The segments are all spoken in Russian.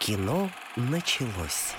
Кино началось.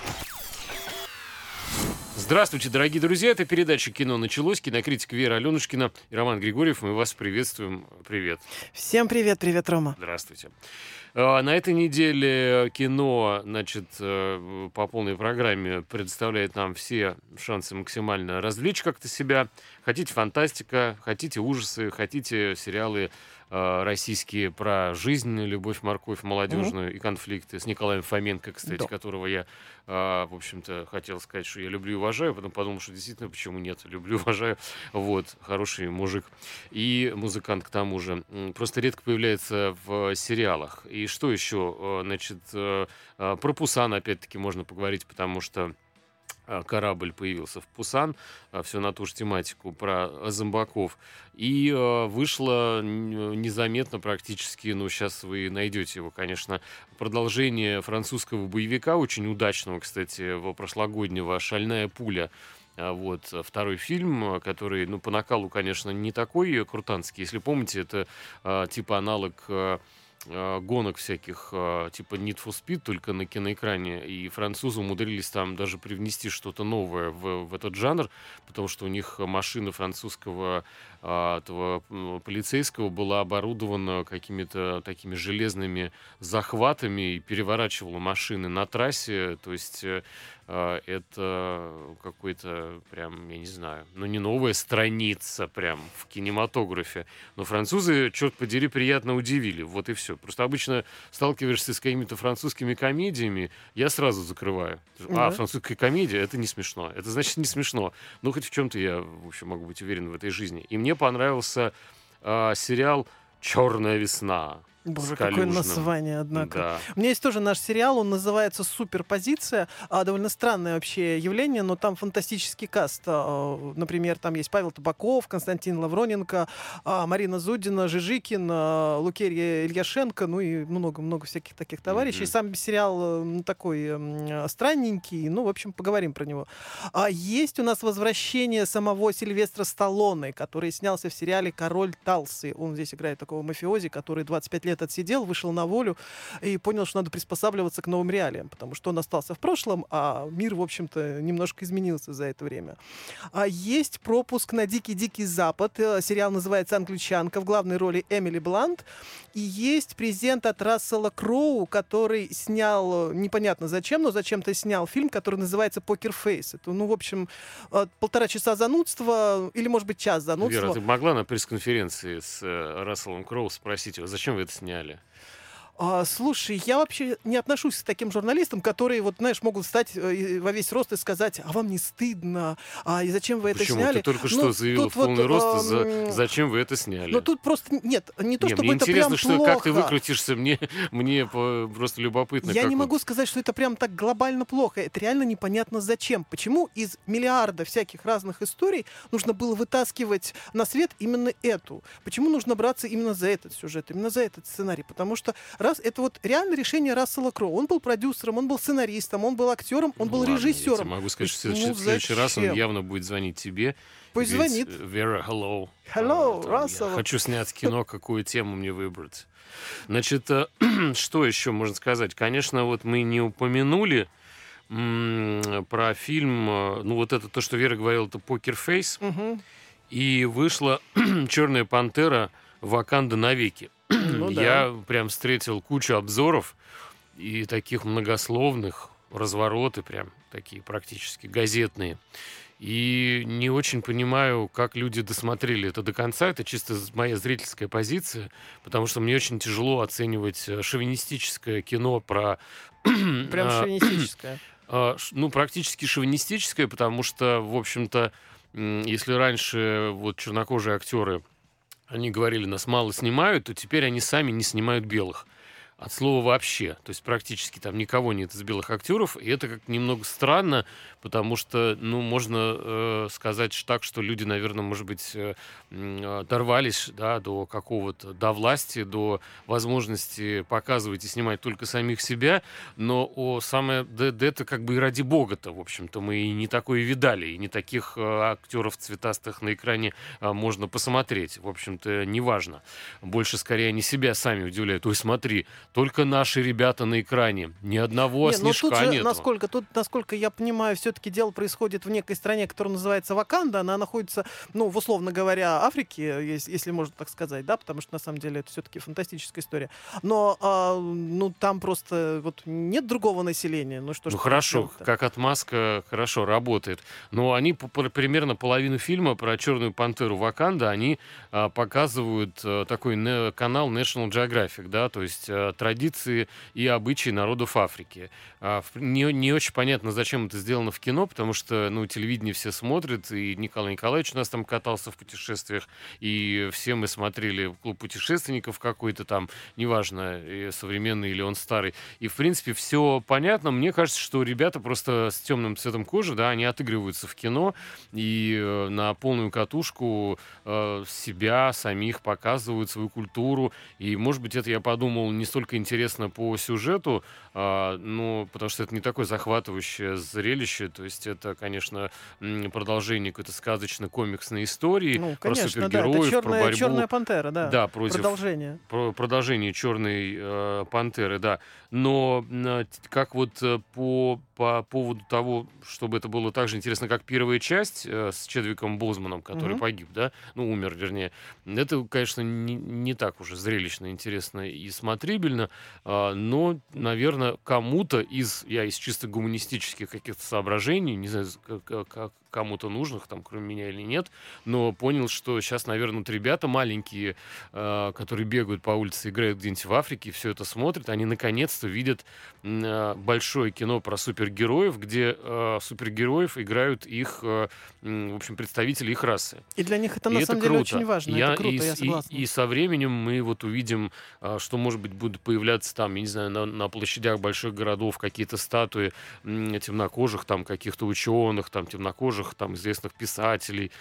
Здравствуйте, дорогие друзья. Это передача «Кино началось». Кинокритик Вера Аленушкина и Роман Григорьев. Мы вас приветствуем. Привет. Всем привет, привет, Рома. Здравствуйте. На этой неделе кино, значит, по полной программе представляет нам все шансы максимально развлечь как-то себя. Хотите фантастика, хотите ужасы, хотите сериалы российские про жизнь, любовь, морковь, молодежную и конфликты с Николаем Фоменко, кстати, Да. которого я, в общем-то, хотел сказать, что я люблю и уважаю, потом подумал, что действительно, почему нет, люблю, уважаю, вот, хороший мужик и музыкант к тому же. Просто редко появляется в сериалах. И что еще, значит, про Пусан опять-таки можно поговорить, потому что корабль появился в Пусан, все на ту же тематику про зомбаков. И вышло незаметно практически, ну, сейчас вы найдете его, конечно, продолжение французского боевика, очень удачного, кстати, прошлогоднего «Шальная пуля». Вот, второй фильм, который, ну, по накалу, конечно, не такой крутанский. Если помните, это типа аналог гонок всяких, типа Need for Speed, только на киноэкране, и французы умудрились там даже привнести что-то новое в этот жанр, потому что у них машина французского этого полицейского была оборудована какими-то такими железными захватами и переворачивала машины на трассе, то есть это какой-то прям, я не знаю, ну не новая страница прям в кинематографе, но французы, черт подери, приятно удивили, вот и все. Просто обычно сталкиваешься с какими-то французскими комедиями, я сразу закрываю. Французская комедия, это не смешно. Это значит не смешно. Ну, хоть в чем-то я, в общем, могу быть уверен в этой жизни. И мне понравился сериал «Черная весна». Боже, какое название, однако. Да. У меня есть тоже наш сериал, он называется «Суперпозиция». Довольно странное вообще явление, но там фантастический каст. Например, там есть Павел Табаков, Константин Лавроненко, Марина Зудина, Жижикин, Лукерья Ильяшенко, ну и много-много всяких таких товарищей. Сам сериал такой странненький, ну, в общем, поговорим про него. Есть у нас возвращение самого Сильвестра Сталлоне, который снялся в сериале «Король Талсы». Он здесь играет такого мафиози, который 25 лет отсидел, вышел на волю и понял, что надо приспосабливаться к новым реалиям, потому что он остался в прошлом, а мир, в общем-то, немножко изменился за это время. Есть пропуск на «Дикий-дикий Запад». Сериал называется «Англичанка», в главной роли Эмили Блант. И есть презент от Рассела Кроу, который снял, непонятно зачем, но зачем-то снял фильм, который называется «Покер Фейс». Это, ну, в общем, 1,5 часа занудства, или, может быть, час занудства. Вера, ты могла на пресс-конференции с Расселом Кроу спросить его, зачем вы это сняли? Слушай, я вообще не отношусь к таким журналистам, которые, вот, знаешь, могут встать во весь рост и сказать, а вам не стыдно? И зачем вы это сняли? Ты только что заявил в полный рост, зачем вы это сняли? Ну, тут просто, нет, не то, чтобы мне это интересно, прям плохо. Как ты выкрутишься, мне просто любопытно. Я не могу сказать, что это прям так глобально плохо. Это реально непонятно зачем. Почему из миллиарда всяких разных историй нужно было вытаскивать на свет именно эту? Почему нужно браться именно за этот сюжет, именно за этот сценарий? Потому что это вот реально решение Рассела Кроу. Он был продюсером, он был сценаристом, он был актером, он был режиссером. Я тебе могу сказать, что в следующий раз он явно будет звонить тебе. Пусть звонит. Вера, hello. Hello, Рассел. Я хочу снять кино, какую тему мне выбрать. Значит, что еще можно сказать? Конечно, вот мы не упомянули про фильм, ну вот это то, что Вера говорила, это «Покер Фейс». И вышла «Черная пантера. Ваканда навеки». Я прям встретил кучу обзоров и таких многословных, развороты прям такие практически газетные. И не очень понимаю, как люди досмотрели это до конца. Это чисто моя зрительская позиция, потому что мне очень тяжело оценивать шовинистическое кино про... Прям шовинистическое? Ну, практически шовинистическое, потому что, в общем-то, если раньше вот чернокожие актеры, они говорили, нас мало снимают, то теперь они сами не снимают белых. От слова вообще. То есть практически там никого нет из белых актеров. И это как немного странно, потому что, ну, можно сказать так, что люди, наверное, может быть, дорвались, да, до какого-то, до власти, до возможности показывать и снимать только самих себя. Но это как бы и ради бога-то, в общем-то, мы и не такое видали. И не таких актеров цветастых на экране можно посмотреть. В общем-то, неважно. Больше, скорее, они себя сами удивляют. Ой, смотри, только наши ребята на экране. Ни одного Не, но тут снежка же, нету. насколько я понимаю, все-таки дело происходит в некой стране, которая называется Ваканда. Она находится, ну, в, условно говоря, Африке, если можно так сказать, да, потому что на самом деле это все-таки фантастическая история. Но, ну, там просто вот нет другого населения. Ну, что ж Ну там хорошо, делать-то? как отмазка хорошо работает. Но они примерно половину фильма про Черную пантеру Ваканда они показывают такой канал National Geographic, да, то есть традиции и обычаи народов Африки. Не очень понятно, зачем это сделано в кино, потому что, ну, телевидение все смотрят, и Николай Николаевич у нас там катался в путешествиях, и все мы смотрели клуб путешественников какой-то там, неважно, современный или он старый. И, в принципе, все понятно. Мне кажется, что ребята просто с темным цветом кожи, да, они отыгрываются в кино и на полную катушку себя самих показывают, свою культуру. И, может быть, это, я подумал, не столько интересно по сюжету, ну, потому что это не такое захватывающее зрелище. То есть это, конечно, продолжение какой-то сказочно-комиксной истории Ну, про конечно, да. Это супергероев, про борьбу. черная пантера, да. Да, против Продолжение. продолжение Черной пантеры, да. Но как вот по поводу того, чтобы это было так же интересно, как первая часть с Чедвиком Бозманом, который Мгм. погиб, да, ну, умер, вернее, это, конечно, не так уже зрелищно, интересно и смотрибельно, но, наверное, кому-то я из чисто гуманистических каких-то соображений, не знаю, как кому-то нужных, там, кроме меня или нет, но понял, что сейчас, наверное, вот ребята маленькие, которые бегают по улице, играют где-нибудь в Африке, все это смотрят, они наконец-то видят большое кино про супергероев, где супергероев играют их, в общем, представители их расы. И для них это И на это самом деле круто. очень важно. Это круто, я согласна. И со временем мы вот увидим, что, может быть, будут появляться там, я не знаю, на площадях больших городов какие-то статуи темнокожих, там, каких-то ученых, там, темнокожих, там, известных писателей.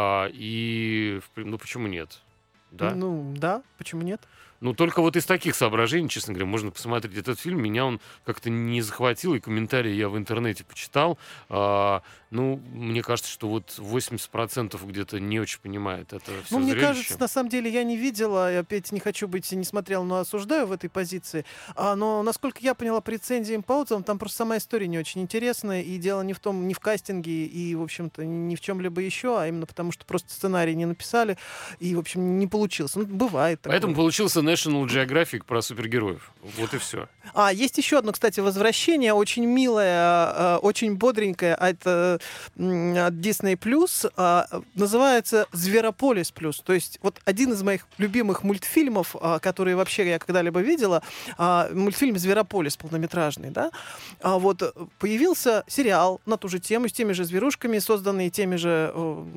Ну, почему нет? Да? Ну, да, почему нет? Ну, только вот из таких соображений, честно говоря, можно посмотреть этот фильм. Меня он как-то не захватил, и комментарии я в интернете почитал. Ну, мне кажется, что вот 80% где-то не очень понимает это все Ну, мне зрелище. кажется, на самом деле я не видела, и опять не хочу быть, не смотрел, но осуждаю в этой позиции. Но, насколько я поняла по рецензиям, по отзывам, там просто сама история не очень интересная, и дело не в том, не в кастинге, и, в общем-то, ни в чем-либо еще, а именно потому, что просто сценарий не написали, и, в общем, не получилось. Ну, бывает такое. Поэтому получился National Geographic про супергероев. Вот и все. Есть еще одно, кстати, возвращение, очень милое, очень бодренькое, это от Disney+, называется «Зверополис плюс». То есть вот один из моих любимых мультфильмов, которые вообще я когда-либо видела, мультфильм «Зверополис» полнометражный, да, вот появился сериал на ту же тему, с теми же зверушками, созданные теми же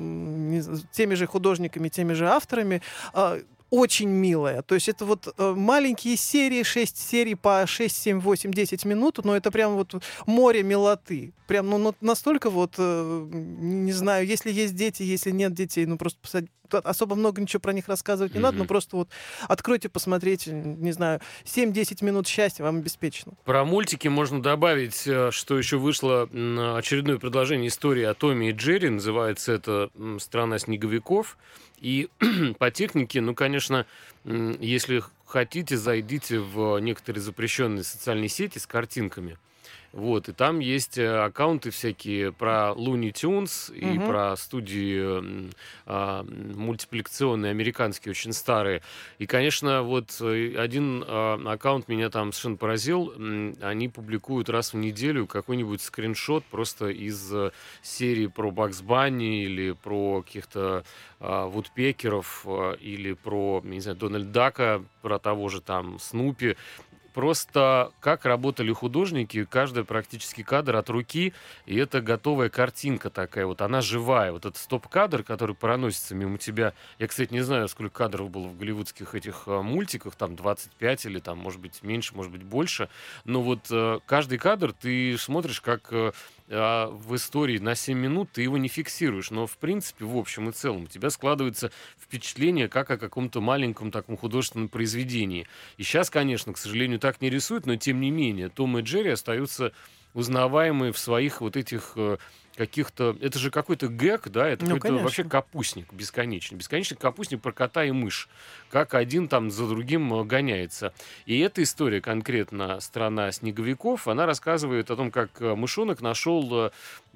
художниками, теми же авторами, очень милая. То есть это вот маленькие серии, 6 серий по 6, 7, 8, 10 минут, но это прям вот море милоты. Прям, ну, настолько вот, не знаю, если есть дети, если нет детей, ну, просто особо много ничего про них рассказывать не надо, но просто вот откройте, посмотрите, не знаю, 7-10 минут счастья вам обеспечено. Про мультики можно добавить, что еще вышло очередное предложение истории о Томе и Джерри. Называется это «Страна снеговиков». И по технике, ну, конечно, если хотите, зайдите в некоторые запрещенные социальные сети с картинками. Вот, и там есть аккаунты всякие про Looney Tunes и про студии мультипликационные, американские, очень старые. И, конечно, вот один аккаунт меня там совершенно поразил. Они публикуют раз в неделю какой-нибудь скриншот просто из серии про Бакс Банни или про каких-то вудпекеров или про, не знаю, Дональд Дака, про того же там Снупи. Просто как работали художники, каждый практически кадр от руки, и это готовая картинка такая, вот она живая. Вот этот стоп-кадр, который проносится мимо тебя. Я, кстати, не знаю, сколько кадров было в голливудских этих мультиках, там 25 или там, может быть, меньше, может быть, больше. Но вот каждый кадр ты смотришь как в истории на 7 минут, ты его не фиксируешь. Но, в принципе, в общем и целом, у тебя складывается впечатление, как о каком-то маленьком таком художественном произведении. И сейчас, конечно, к сожалению, так не рисуют, но, тем не менее, Том и Джерри остаются узнаваемые в своих вот этих каких-то... Это же какой-то гэг, да? Это Ну, какой-то вообще конечно. капустник бесконечный. Бесконечный капустник про кота и мышь. Как один там за другим гоняется. И эта история конкретно «Страна снеговиков», она рассказывает о том, как мышонок нашел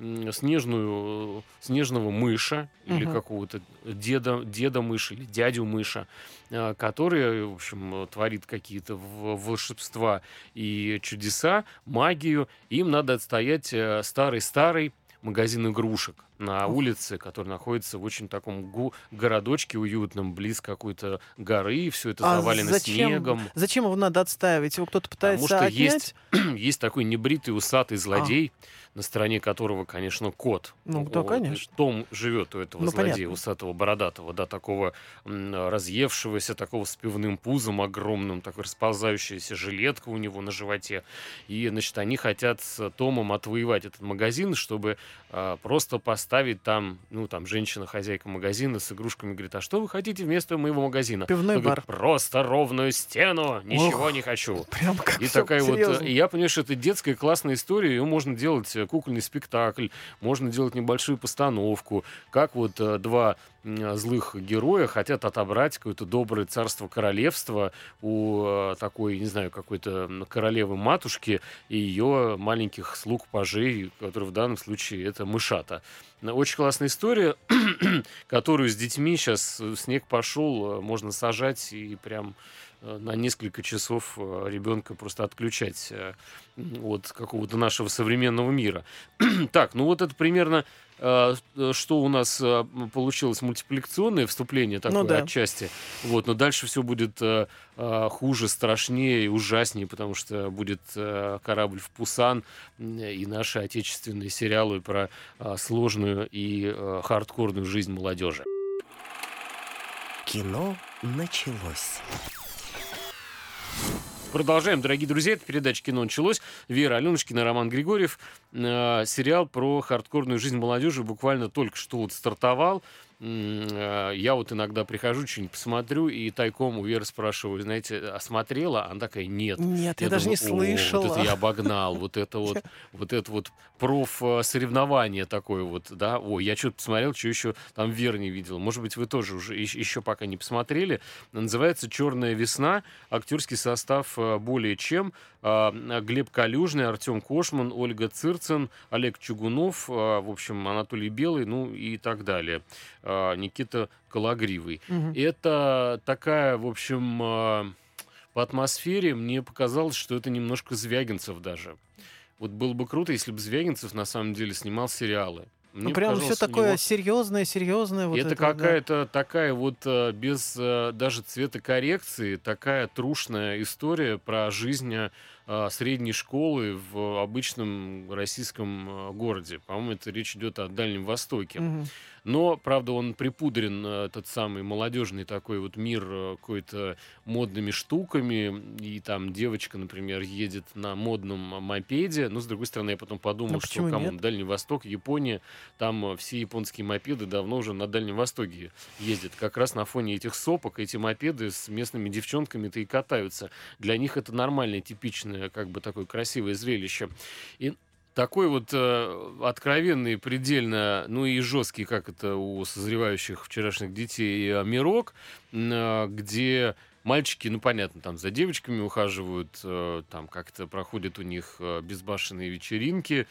снежного мыша или Мгм. какого-то деда мыша или дядю мыша, который, в общем, творит какие-то волшебства и чудеса, магию. Им надо отстоять старый-старый магазин игрушек на Ух. улице, который находится в очень таком городочке уютном, близ какой-то горы, все это А завалено снегом. зачем его надо отстаивать? Его кто-то Потому пытается что отнять? есть такой небритый усатый А, злодей, на стороне которого, конечно, кот. ну да, конечно. Том живет у этого Ну, злодея, понятно. усатого, бородатого, да, такого разъевшегося, такого с пивным пузом огромным, такой расползающаяся жилетка у него на животе. И, значит, они хотят с Томом отвоевать этот магазин, чтобы просто поставить там, ну, там, женщина-хозяйка магазина с игрушками говорит: а что вы хотите вместо моего магазина? Пивной Он говорит: бар. просто ровную стену, ничего Ох, не хочу. прям как И всё такая вот, серьезно. и я понимаю, что это детская классная история, ее можно делать кукольный спектакль, можно делать небольшую постановку, как вот два злых героя хотят отобрать какое-то доброе царство-королевство у такой, не знаю, какой-то королевы-матушки и ее маленьких слуг-пажей, которые в данном случае это мышата. Очень классная история, которую с детьми сейчас снег пошел, можно сажать и прям на несколько часов ребенка просто отключать от какого-то нашего современного мира. Так, ну вот это примерно что у нас получилось мультипликационное вступление Ну такое да. отчасти. Вот, но дальше все будет хуже, страшнее и ужаснее, потому что будет корабль в Пусан и наши отечественные сериалы про сложную и хардкорную жизнь молодежи. Кино началось. Продолжаем, дорогие друзья. Это передача «Кино началось». Вера Аленушкина, Роман Григорьев. Сериал про хардкорную жизнь молодежи буквально только что вот стартовал. Я вот иногда прихожу, что-нибудь посмотрю, и тайком у Веры спрашиваю: знаете, а смотрела? Она такая: нет. Нет, я Я даже не думаю: о, вот это слышала. я обогнал, вот это вот проф-соревнование такое вот, да. Ой, я что-то посмотрел, что еще там Вера не видела. Может быть, вы тоже уже еще пока не посмотрели. Называется «Черная весна». Актерский состав более чем. Глеб Калюжный, Артем Кошман, Ольга Цирцин, Олег Чугунов, в общем, Анатолий Белый, ну и так далее. Никита Кологривый. Мгм. Это такая, в общем, по атмосфере мне показалось, что это немножко Звягинцев даже. Вот было бы круто, если бы Звягинцев на самом деле снимал сериалы. Ну, Мне прям все показалось, у такое него серьезное, вот это это вот, да. какая-то такая вот без даже цветокоррекции, такая трушная история про жизнь средней школы в обычном российском городе. По-моему, это речь идет о Дальнем Востоке. Мгм. Но, правда, он припудрен, этот самый молодежный такой вот мир какой-то модными штуками. И там девочка, например, едет на модном мопеде. Но, с другой стороны, я потом подумал, Ну, что, почему нет? камон, Дальний Восток, Япония, там все японские мопеды давно уже на Дальнем Востоке ездят. Как раз на фоне этих сопок эти мопеды с местными девчонками-то и катаются. Для них это нормальное, типичное, как бы такое красивое зрелище. И такой вот откровенный, предельно, ну и жесткий, как это у созревающих вчерашних детей, мирок, где мальчики, ну понятно, там за девочками ухаживают, там как-то проходят у них безбашенные вечеринки,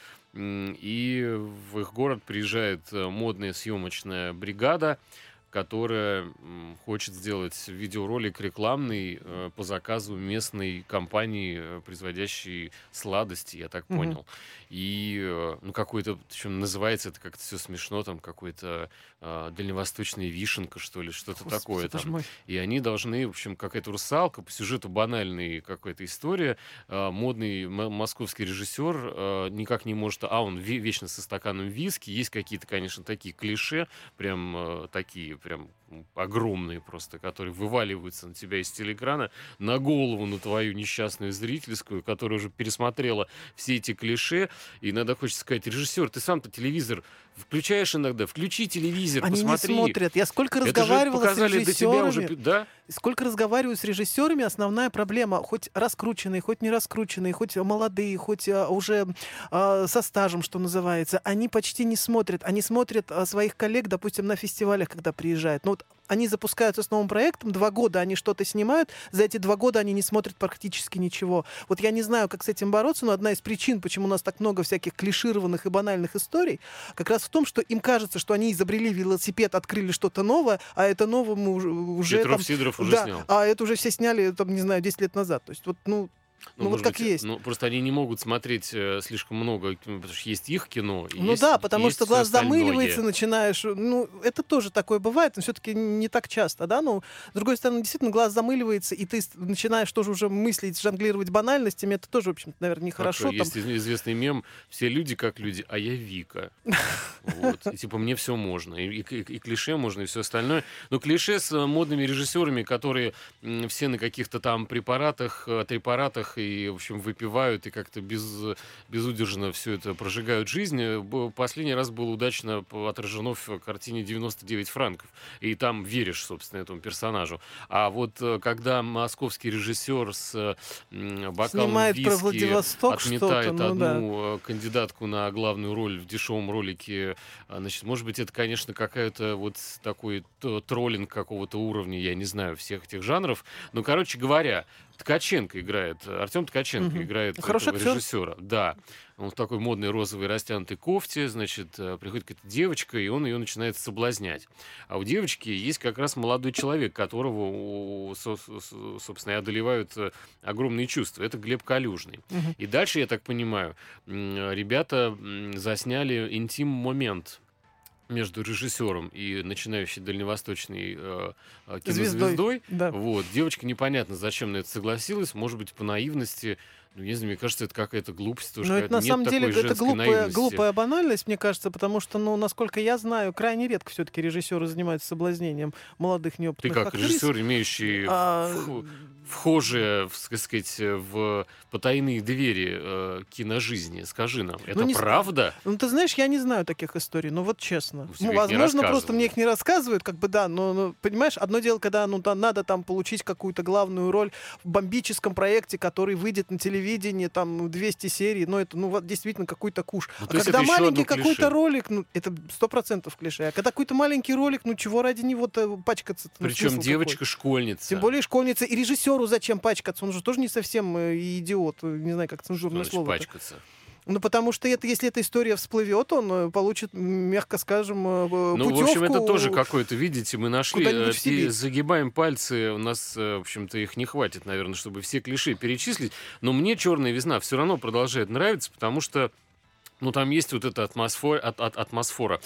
и в их город приезжает модная съемочная бригада, которая хочет сделать видеоролик рекламный по заказу местной компании, производящей сладости, я так Мгм. понял. И, ну, какой-то, причем называется это как-то все смешно, там какой-то дальневосточная вишенка, что ли, что-то Господи, такое боже там. мой. И они должны, в общем, какая-то русалка, по сюжету банальная какая-то история, модный московский режиссер никак не может, он вечно со стаканом виски, есть какие-то, конечно, такие клише, прям такие, прям огромные просто, которые вываливаются на тебя из телеэкрана, на голову, на твою несчастную зрительскую, которая уже пересмотрела все эти клише. И иногда хочется сказать: режиссер, ты сам-то телевизор включаешь иногда, включи телевизор, Они посмотри. не смотрят. Я сколько Это же разговаривала с показали до тебя уже, режиссерами. да? Сколько разговариваю с режиссерами, основная проблема, хоть раскрученные, хоть не раскрученные, хоть молодые, хоть уже со стажем, что называется, они почти не смотрят. Они смотрят своих коллег, допустим, на фестивалях, когда приезжают. Ну, вот они запускаются с новым проектом, 2 года они что-то снимают, за эти 2 года они не смотрят практически ничего. Вот я не знаю, как с этим бороться, но одна из причин, почему у нас так много всяких клишированных и банальных историй, как раз в том, что им кажется, что они изобрели велосипед, открыли что-то новое, а это новому уже Петров там, Сидоров уже да, снял. а это уже все сняли, там, не знаю, 10 лет назад. То есть вот, ну вот может как быть, есть. ну, просто они не могут смотреть слишком много, потому что есть их кино, и Ну есть, да, потому есть что всё глаз остальное. замыливается, начинаешь... Ну, это тоже такое бывает, но все-таки не так часто, да? Ну, с другой стороны, действительно, глаз замыливается, и ты начинаешь тоже уже мыслить, жонглировать банальностями. Это тоже, в общем-то, наверное, Как нехорошо. есть известный мем: все люди как люди, а я Вика. Вот. И типа мне все можно. И клише можно, и все остальное. Но клише с модными режиссерами, которые все на каких-то там препаратах и, в общем, выпивают и как-то безудержно все это прожигают жизнь. Последний раз было удачно отражено в картине «99 франков». И там веришь, собственно, этому персонажу. А вот когда московский режиссер с бокалом Снимает про виски Владивосток отметает что-то, ну да. одну кандидатку на главную роль в дешевом ролике, значит, может быть, это, конечно, какая-то вот такой троллинг какого-то уровня, я не знаю, всех этих жанров. Но, короче говоря, Ткаченко играет, Артем Ткаченко Мгм. играет Хороший этого актер. режиссера. Да. Он в такой модной розовой растянутой кофте, значит, приходит какая-то девочка, и он ее начинает соблазнять. А у девочки есть как раз молодой человек, которого, собственно, и одолевают огромные чувства. Это Глеб Калюжный. Мгм. И дальше, я так понимаю, ребята засняли интим-момент между режиссером и начинающей дальневосточной кинозвездой. Да. Вот. Девочка непонятно, зачем на это согласилась. Может быть, по наивности. Ну, не знаю, мне кажется, это какая-то глупость. Тоже Но это на нет самом деле такой это женской наивности. глупая банальность, мне кажется, потому что, ну, насколько я знаю, крайне редко все-таки режиссеры занимаются соблазнением молодых Ты неопытных как актрис. режиссер, имеющий А, вхожие, так сказать, в потайные двери киножизни, скажи нам, это не правда? Ну, ты знаешь, я не знаю таких историй, ну вот честно. Ну, тебе Ну, их не возможно, просто рассказывали. мне их не рассказывают, как бы, да, но, понимаешь, одно дело, когда, ну, надо там получить какую-то главную роль в бомбическом проекте, который выйдет на телевидении, там, 200 серий, ну, это, ну, вот действительно какой-то куш. Ну, А то есть когда это еще маленький одно клише. какой-то ролик, ну, это 100% клише. А когда какой-то маленький ролик, ну, чего ради него пачкаться? Ну, Причем смысл какой? девочка-школьница. Тем более школьница. И режиссеру зачем пачкаться? Он же тоже не совсем идиот. Не знаю, как Что цензурное значит слово. пачкаться? Ну, потому что это, если эта история всплывет, он получит, мягко скажем, Ну, путевку. в общем, это тоже какое-то, видите, мы нашли, куда-нибудь в Сибирь. загибаем пальцы, у нас, в общем-то, их не хватит, наверное, чтобы все клише перечислить, но мне «Черная весна» все равно продолжает нравиться, потому что, ну, там есть вот эта атмосфера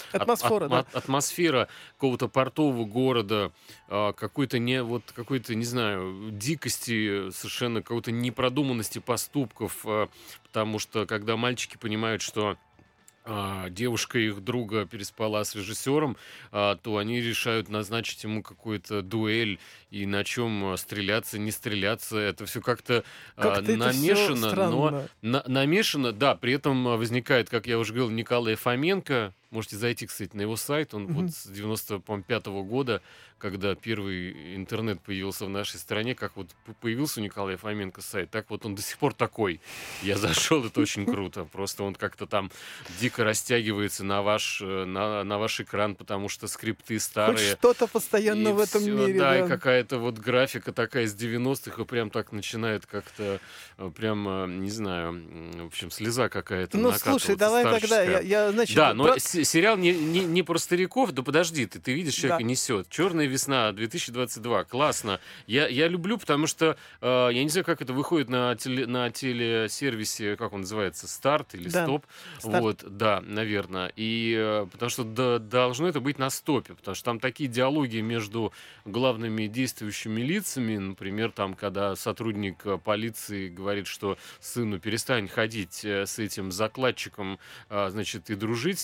какого-то портового города, какой-то, не знаю, дикости, совершенно какой-то непродуманности поступков, потому что, когда мальчики понимают, что девушка их друга переспала с режиссером, то они решают назначить ему какую-то дуэль, и на чем стреляться, не стреляться. Это все как-то Как-то это всё намешано, странно. но намешано, да, при этом возникает, как я уже говорил, Николай Фоменко. Можете зайти, кстати, на его сайт. Он вот с 95-го года, когда первый интернет появился в нашей стране, как вот появился у Николая Фоменко сайт, так вот он до сих пор такой. Я зашел, это очень круто. Просто он как-то там дико растягивается на ваш экран, потому что скрипты Хоть старые. что-то постоянно в этом всё, мире. да, Да. и какая-то вот графика такая из 90-х, и прям так начинает как-то, прям, не знаю, в общем, слеза какая-то Ну, слушай, накатываться давай тогда, старческая. значит, Да, но про- сериал не про стариков. Да подожди, ты видишь, человека Да. несет. «Черная весна» 2022. Классно. Я люблю, потому что я не знаю, как это выходит на телесервисе, как он называется, «Старт» или Да, «Стоп». «Старт». Вот, да, наверное. И потому что должно это быть на «Стопе», потому что там такие диалоги между главными действующими лицами, например, там, когда сотрудник полиции говорит, что сыну перестань ходить с этим закладчиком, значит, и дружить с ним,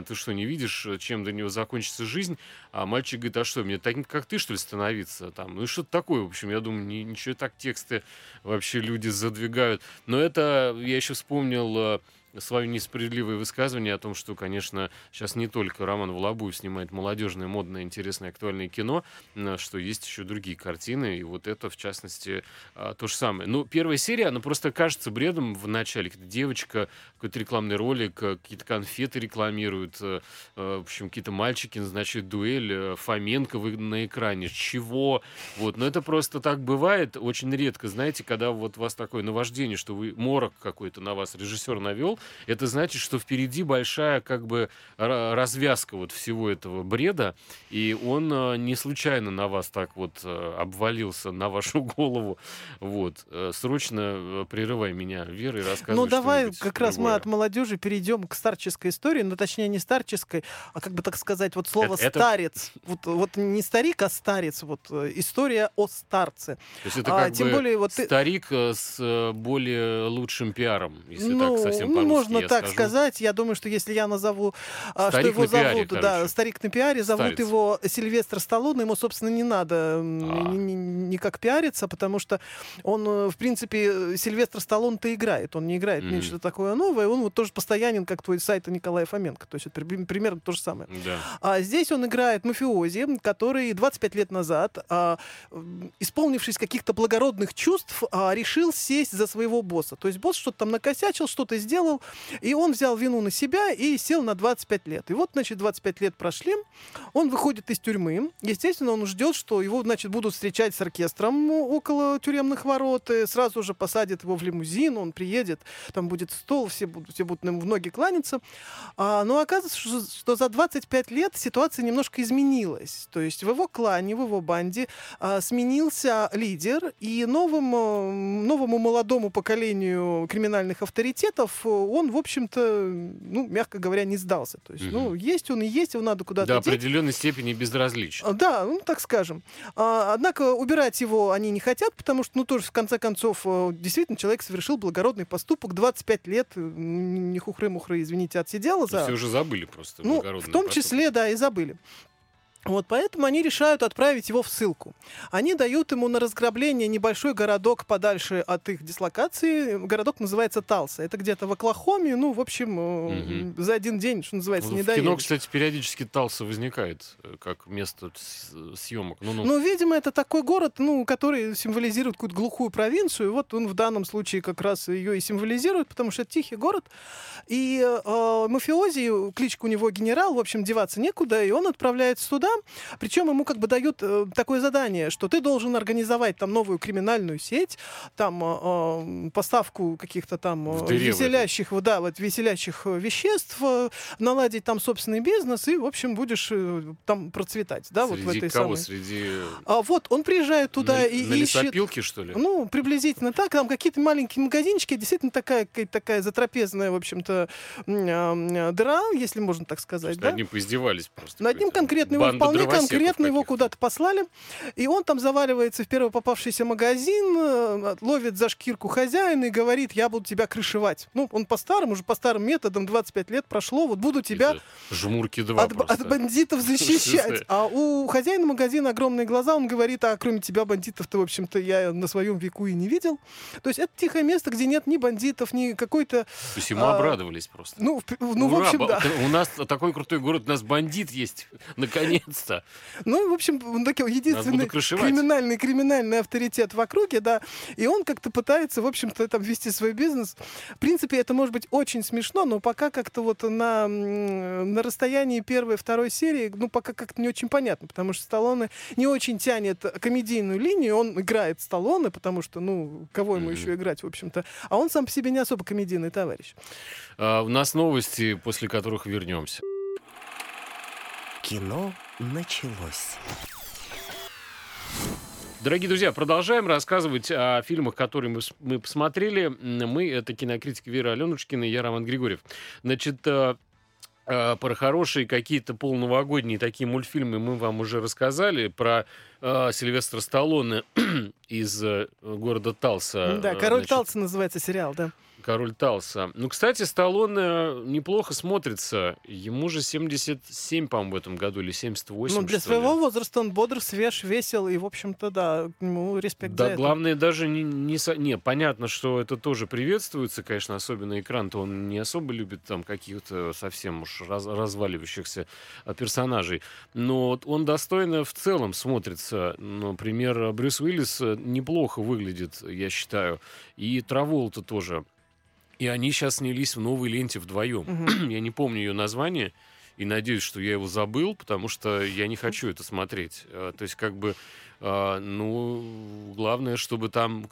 ты что, не видишь, чем для него закончится жизнь? А мальчик говорит, а что, мне таким, как ты, что ли, становиться? Там, ну и что-то такое, в общем, я думаю, ничего так тексты вообще люди задвигают. Но это, я еще вспомнил свое несправедливое высказывание о том, что, конечно, сейчас не только Роман Волобуев снимает молодежное, модное, интересное, актуальное кино, что есть еще другие картины, и вот это, в частности, то же самое. Ну, первая серия, она просто кажется бредом в начале. Девочка, какой-то рекламный ролик, какие-то конфеты рекламируют, в общем, какие-то мальчики назначают дуэль, Фоменко на экране. Чего? Вот, но это просто так бывает очень редко, знаете, когда вот у вас такое наваждение, что вы морок какой-то на вас режиссер навел, это значит, что впереди большая как бы развязка вот всего этого бреда, и он не случайно на вас так вот обвалился, на вашу голову. Вот. Срочно прерывай меня, Вера, и рассказывай. Ну, давай что-нибудь как раз мы другое. от молодежи перейдем к старческой истории, но точнее не старческой, а как бы так сказать, вот слово Это- старец. Вот не старик, а старец. Вот история о старце. То есть это как Тем бы более, вот ты. старик с более лучшим пиаром, если Ну, так совсем по-русски можно я так скажу. сказать. Я думаю, что если я назову, что Старик его на пиаре, зовут, да, короче. старик на пиаре, зовут Старец. его Сильвестр Сталлоне, ему, собственно, не надо никак пиариться, потому что он, в принципе, Сильвестр Сталлоне-то играет. Он не играет Мгм. нечто такое новое, он вот тоже постоянен, как твой сайт Николая Фоменко. То есть это примерно то же самое. Да. А здесь он играет мафиози, который 25 лет назад, исполнившись каких-то благородных чувств, решил сесть за своего босса. То есть босс что-то там накосячил, что-то сделал, и он взял вину на себя и сел на 25 лет. И вот, значит, 25 лет прошли, он выходит из тюрьмы. Естественно, он ждет, что его, значит, будут встречать с оркестром около тюремных ворот, и сразу же посадят его в лимузин, он приедет, там будет стол, все будут ему в ноги кланяться. Но оказывается, что за 25 лет ситуация немножко изменилась. То есть в его клане, в его банде сменился лидер, и новому молодому поколению криминальных авторитетов он, в общем-то, ну, мягко говоря, не сдался. То есть, ну, есть он и есть, его надо куда-то До деть. определенной степени безразлично. Да, ну, так скажем. Однако убирать его они не хотят, потому что, ну, тоже, в конце концов, действительно, человек совершил благородный поступок, 25 лет, не хухры-мухры, извините, отсидел за... Все уже забыли просто. Ну, в благородный том поступок. числе, да, и забыли. Вот поэтому они решают отправить его в ссылку. Они дают ему на разграбление небольшой городок подальше от их дислокации. Городок называется Талса. Это где-то в Оклахоме. Ну, в общем, за один день, что называется, Ну, не в кино, доедешь. кстати, периодически Талса возникает как место съемок. Ну, видимо, это такой город, ну, который символизирует какую-то глухую провинцию. И вот он в данном случае как раз ее и символизирует, потому что это тихий город. И мафиози, кличка у него генерал, в общем, деваться некуда, и он отправляется туда. Причем ему как бы дают такое задание, что ты должен организовать там новую криминальную сеть, там поставку каких-то там В дыре в веселящих, да, вот веселящих веществ, наладить там собственный бизнес, и, в общем, будешь там процветать, да, вот в Среди этой кого? самой. Среди Вот он приезжает туда на, и на ищет. лесопилке, что ли? Ну, приблизительно так. Там какие-то маленькие магазинчики, действительно такая затрапезная, в общем-то, дыра, если можно так сказать, да? Над ним поиздевались просто. Над ним какая-то конкретно его, банда вполне дровосеков конкретно его каких-то. куда-то послали, и он там заваливается в первый попавшийся магазин, ловит за шкирку хозяина и говорит: я буду тебя крышевать. Ну, он по старым методам, 25 лет прошло, вот буду тебя Это Жмурки 2 от бандитов защищать. А у хозяина магазина огромные глаза, он говорит: а кроме тебя бандитов-то, в общем-то, я на своем веку и не видел. То есть это тихое место, где нет ни бандитов, ни какой-то... То есть ему обрадовались просто. Ну, в Ура, общем, да. У нас такой крутой город, у нас бандит есть, наконец-то. Ну, в общем, он такой единственный будут крышевать. криминальный авторитет в округе, да. И он как-то пытается, в общем-то, там вести свой бизнес. В принципе, это может быть очень смешно, но пока как-то вот на расстоянии первой и второй серии, ну, пока как-то не очень понятно, потому что Сталлоне не очень тянет комедийную линию, он играет Сталлоне, потому что, ну, кого ему еще играть, в общем-то. А он сам по себе не особо комедийный товарищ. У нас новости, после которых вернемся. Кино началось. Дорогие друзья, продолжаем рассказывать о фильмах, которые мы посмотрели. Мы — это кинокритик Вера Аленушкина и я, Роман Григорьев. Значит, про хорошие какие-то полуновогодние такие мультфильмы мы вам уже рассказали. Про Сильвестр Сталлоне из города Талса. Да, «Король Значит, Талса» называется сериал, да. «Король Талса». Ну, кстати, Сталлоне неплохо смотрится. Ему же 77, по-моему, в этом году, или 78, Ну, для что ли. своего возраста он бодр, свеж, весел, и, в общем-то, да, ему респект за Да, это. главное, даже не, понятно, что это тоже приветствуется, конечно, особенно экран-то он не особо любит там каких-то совсем уж разваливающихся персонажей, но вот он достойно в целом смотрится. Например, Брюс Уиллис неплохо выглядит, я считаю, и Траволта тоже. И они сейчас снялись в новой ленте вдвоем. Мгм. Я не помню ее название, и надеюсь, что я его забыл, потому что я не хочу это смотреть. То есть, как бы, ну, главное, чтобы там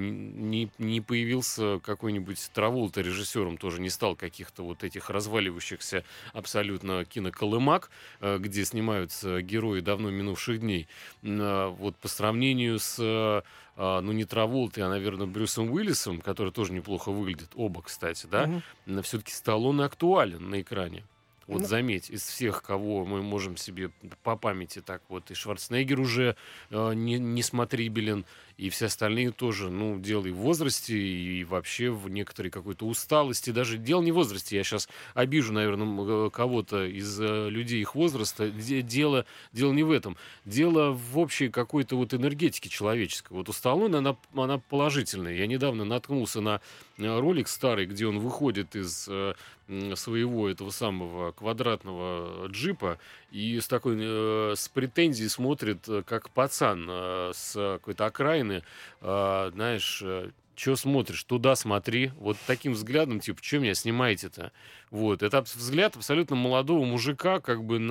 не появился какой-нибудь Траволта режиссером, тоже не стал каких-то вот этих разваливающихся абсолютно киноколымак, где снимаются герои давно минувших дней. Вот по сравнению с ну, не Траволтой, а, наверное, Брюсом Уиллисом, который тоже неплохо выглядит, оба, кстати, да, Мгм. все-таки Сталлоне актуален на экране. Вот Ну, заметь, из всех, кого мы можем себе по памяти так вот, и Шварценеггер уже не смотрибелен, и все остальные тоже, ну, дело и в возрасте, и вообще в некоторой какой-то усталости. Даже дело не в возрасте, я сейчас обижу, наверное, кого-то из людей их возраста. Дело не в этом. Дело в общей какой-то вот энергетике человеческой. Вот у Сталлоне она положительная. Я недавно наткнулся на ролик старый, где он выходит из своего этого самого квадратного джипа и с такой с претензией смотрит, как пацан с какой-то окраины, знаешь, что смотришь, туда смотри, вот таким взглядом, типа, что меня снимаете-то? Вот, это взгляд абсолютно молодого мужика, как бы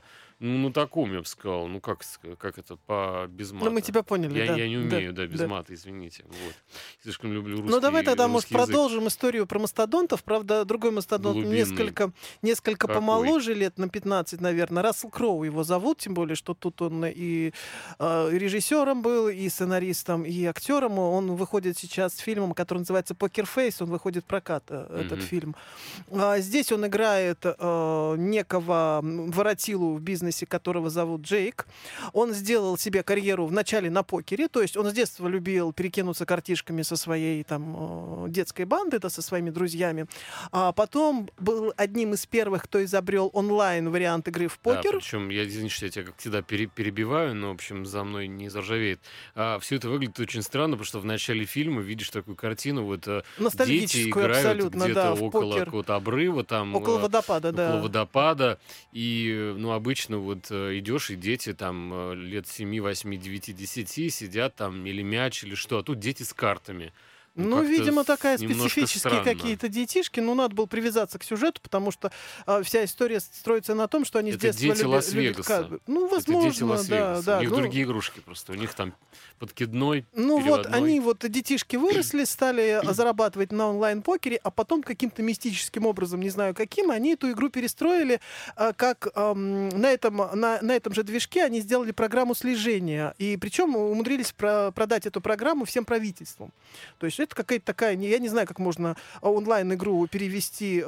на таком, я бы сказал, ну, как это, без мата. ну, мы тебя поняли, да. Я не Да, умею, да, без да. мата, извините. Вот. Слишком люблю русский, Ну, давай тогда, может, русский язык. продолжим историю про мастодонтов. Правда, другой мастодонт Глубинный. несколько Какой? помоложе, лет на 15, наверное. Рассел Кроу его зовут, тем более, что тут он и режиссером был, и сценаристом, и актером. Он выходит сейчас с фильмом, который называется «Покер Фейс». Он выходит в прокат, этот Мгм. фильм. Здесь он играет некого воротилу в бизнесе, которого зовут Джейк. Он сделал себе карьеру вначале на покере, то есть он с детства любил перекинуться картишками со своей там детской банды, да, со своими друзьями. А потом был одним из первых, кто изобрел онлайн-вариант игры в Да, покер. причем, я, извините, что я тебя как всегда перебиваю, но, в общем, за мной не заржавеет. Все это выглядит очень странно, потому что в начале фильма видишь такую картину, вот дети Ностальгическую играют абсолютно, где-то да, в около покер. какого-то обрыва, там, Около водопада, около да. водопада, и, ну, обычно вот идешь, и дети там лет 7, 8, 9, 10 сидят там, или мяч, или что, а тут дети с картами. Ну, Ну, как-то видимо, такая немножко специфические странно. какие-то детишки. Ну, надо было привязаться к сюжету, потому что вся история строится на том, что они с Это детства дети любят Лас-Вегаса. Ну, Это дети возможно, да, Лас-Вегаса. да. У них Ну, другие игрушки просто. У них там подкидной, ну вот, переводной. они вот, детишки выросли, стали зарабатывать на онлайн-покере, а потом каким-то мистическим образом, не знаю каким, они эту игру перестроили, как на этом же движке они сделали программу слежения. И причем умудрились продать эту программу всем правительствам. То есть это какая-то такая, я не знаю, как можно онлайн-игру перевести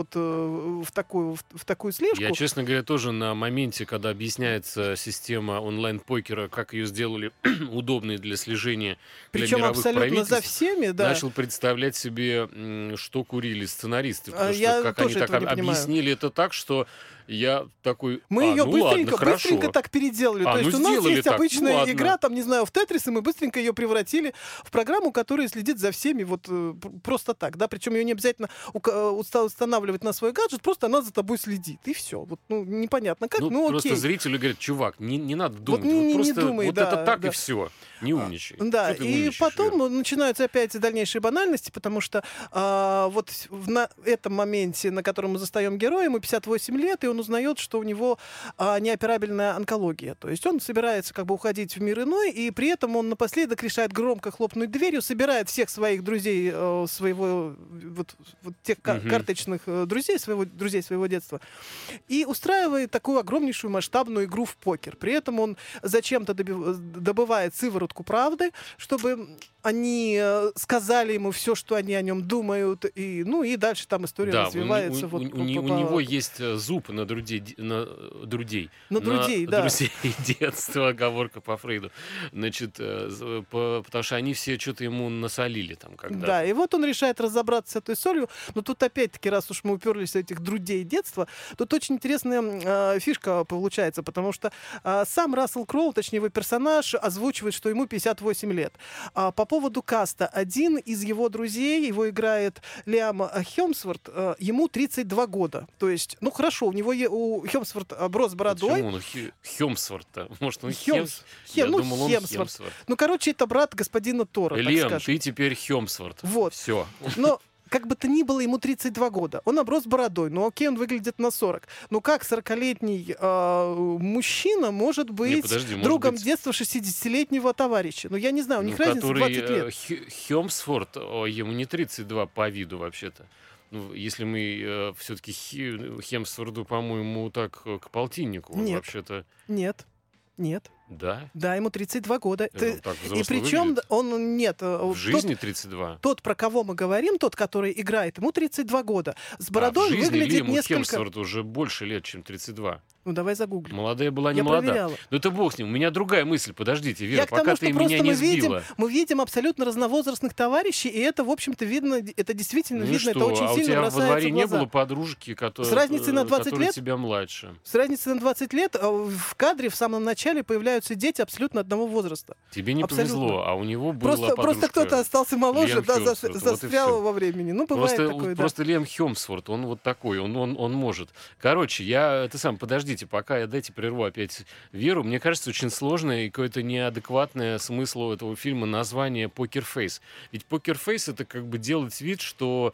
в такую слежку. Я, честно говоря, тоже на моменте, когда объясняется система онлайн-покера, как ее сделали удобной для слежения для Причем мировых абсолютно за правительств, всеми, да. начал представлять себе, что курили сценаристы. Потому что Я как они тоже так этого не понимаю. объяснили это так, что я такой, Мы ее ну быстренько, ладно, хорошо. быстренько так переделали. А, То есть ну у нас сделали есть так, ну обычная ладно. игра, там, не знаю, в Тетрис, и мы быстренько ее превратили в программу, которая следит за всеми вот просто так, да, причем ее не обязательно устанавливать на свой гаджет, просто она за тобой следит, и все. Вот, ну, непонятно как, ну просто окей. зрителю говорят, чувак, не надо думать, не просто думай, вот да, это так да. и все, не умничай. Да, Что ты и умничаешь, потом Вера? начинаются опять дальнейшие банальности, потому что вот на этом моменте, на котором мы застаем героя, ему 58 лет, и он узнает, что у него неоперабельная онкология. То есть он собирается как бы уходить в мир иной, и при этом он напоследок решает громко хлопнуть дверью, собирает всех своих друзей, своего вот тех карточных друзей своего детства, и устраивает такую огромнейшую масштабную игру в покер. При этом он зачем-то добывает сыворотку правды, чтобы они сказали ему все, что они о нем думают, и дальше там история Да, развивается. у него есть зуб на друзей, На друзей, да. друзей детства, оговорка по Фрейду. Значит, потому что они все что-то ему насолили там когда-то. Да, и вот он решает разобраться с этой солью, но тут опять-таки, раз уж мы уперлись в этих друзей детства, тут очень интересная фишка получается, потому что сам Рассел Кроу, точнее его персонаж, озвучивает, что ему 58 лет. По поводу каста, один из его друзей, его играет Лиам Хемсворт, ему 32 года. То есть, ну хорошо, у Хемсворт оброс бородой. Почему он Хемсворт-то? Может, он Я думал, он Хемсворт. Ну, короче, это брат господина Тора, так Лем, скажем. ты теперь Хемсворт. Вот. Все. Но как бы то ни было, ему 32 года. Он оброс бородой. Ну, окей, он выглядит на 40. Но как 40-летний мужчина может быть другом детства 60-летнего товарища? Ну, я не знаю, у них разница 20 лет. Хемсворт, ему не 32 по виду вообще-то. Ну, если мы все-таки Хемсворду, по-моему, так к полтиннику. Нет. Вообще-то. Нет. Да? Да, ему 32 года. Так И причем выглядит. он нет. В жизни 32. Тот, про кого мы говорим, тот, который играет, ему 32 года. С бородой в жизни выглядит Лиаму несколько... Хемсворту уже больше лет, чем 32. Ну, давай загуглим. Молодая была не Я молода. проверяла. Ну это бог с ним. У меня другая мысль. Подождите, Вера, Я к тому, пока что ты просто меня не сбила. мы видим абсолютно разновозрастных товарищей, и это, в общем-то, видно, это действительно Ну и видно, что? это очень А у сильно тебя во бросается дворе в не глаза. было подружки, С разницей на 20 которая лет? тебя младше? С разницей на 20 лет в кадре в самом начале появляются дети абсолютно одного возраста. Тебе не Абсолютно. повезло, а у него была Просто подружка. кто-то остался моложе, Лиам да, Хемсворт, вот и застрял всё. во времени. Ну, бывает такое, да. Просто Лиам Хемсворт, он вот такой, он может. Короче, подождите, пока я дайте прерву опять Веру. Мне кажется, очень сложное и какое-то неадекватное смыслу этого фильма название «Покерфейс». Ведь «Покерфейс» — это как бы делать вид, что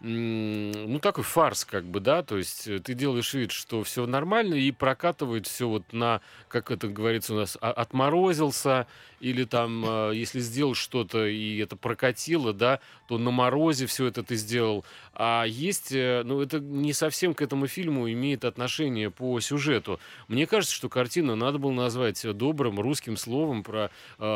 ну, такой фарс, как бы, да, то есть ты делаешь вид, что все нормально, и прокатывает все вот на, как это говорится у нас, отморозился, или там, если сделал что-то, и это прокатило, да, то на морозе все это ты сделал. А есть, ну, это не совсем к этому фильму имеет отношение по сюжету. Мне кажется, что картину надо было назвать добрым русским словом про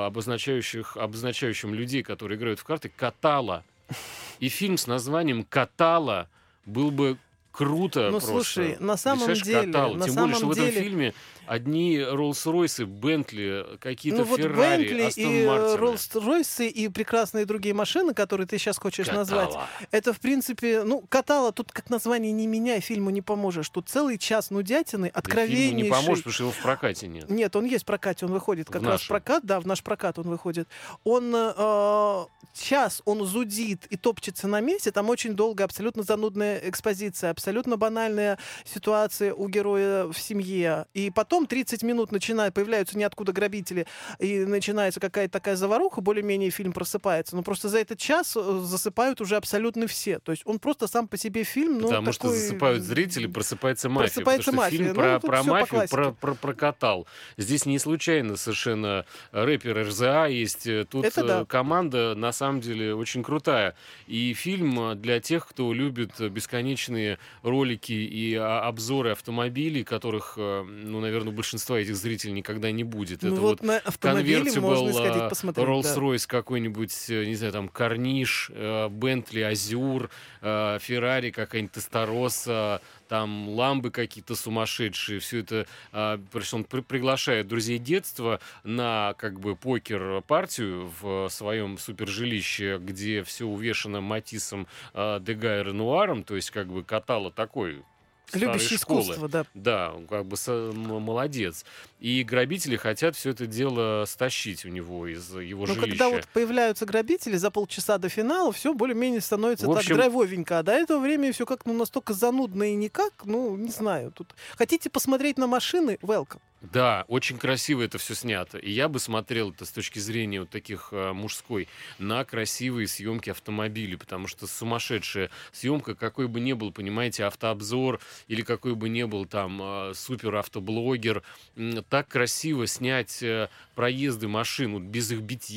обозначающим людей, которые играют в карты, «Катала». И фильм с названием «Катала» был бы круто. Ну, просто. слушай, на самом Представляешь, деле... «Катала». на Тем более, самом что в этом деле- фильме одни Роллс-Ройсы, Бентли, какие-то Ну вот Феррари, Бентли Астон и Мартины. Роллс-Ройсы и прекрасные другие машины, которые ты сейчас хочешь «Катала». назвать, это, в принципе, ну, «Катала», тут как название не меняй, фильму не поможешь. Тут целый час нудятины, Да откровеннейший. фильму не поможет, потому что его в прокате нет. Нет, он есть в прокате, он выходит как В раз в нашем. прокат, да, в наш прокат он выходит. Он час он зудит и топчется на месте, там очень долго абсолютно занудная экспозиция, абсолютно банальная ситуация у героя в семье. И потом 30 минут появляются ниоткуда грабители, и начинается какая-то такая заваруха, более-менее фильм просыпается. Но просто за этот час засыпают уже абсолютно все. То есть он просто сам по себе фильм, ну, Потому что такой... засыпают зрители, просыпается мафия. Просыпается потому что мафия. фильм Ну, тут про всё по мафию классике. прокатал. Здесь не случайно совершенно рэпер РЗА есть. Тут Это да. команда на самом деле очень крутая. И фильм для тех, кто любит бесконечные ролики и обзоры автомобилей, которых, ну, наверное, у большинства этих зрителей никогда не будет. Ну Это вот на автомобиле можно Convertible, сходить посмотреть. да. Rolls-Royce какой-нибудь, не знаю, там, Корниш, Бентли, Азюр, Феррари какая-нибудь Тестороса, там ламбы какие-то сумасшедшие, все это, причем он приглашает друзей детства на как бы покер-партию в своем супержилище, где все увешано Матиссом, Дега и Ренуаром, то есть как бы Катала такой старой Любящий школы. искусство, да. Да, он как бы молодец. И грабители хотят все это дело стащить у него из его Но жилища. когда вот появляются грабители за полчаса до финала, все более-менее становится В общем- так драйвовенько. А до этого времени все как настолько занудно и никак, ну, не знаю. Тут хотите посмотреть на машины? Welcome. Да, очень красиво это все снято. И я бы смотрел это с точки зрения вот таких мужской на красивые съемки автомобилей, потому что сумасшедшая съемка, какой бы ни был, понимаете, автообзор или какой бы ни был там супер автоблогер, так красиво снять проезды машин вот без их битья,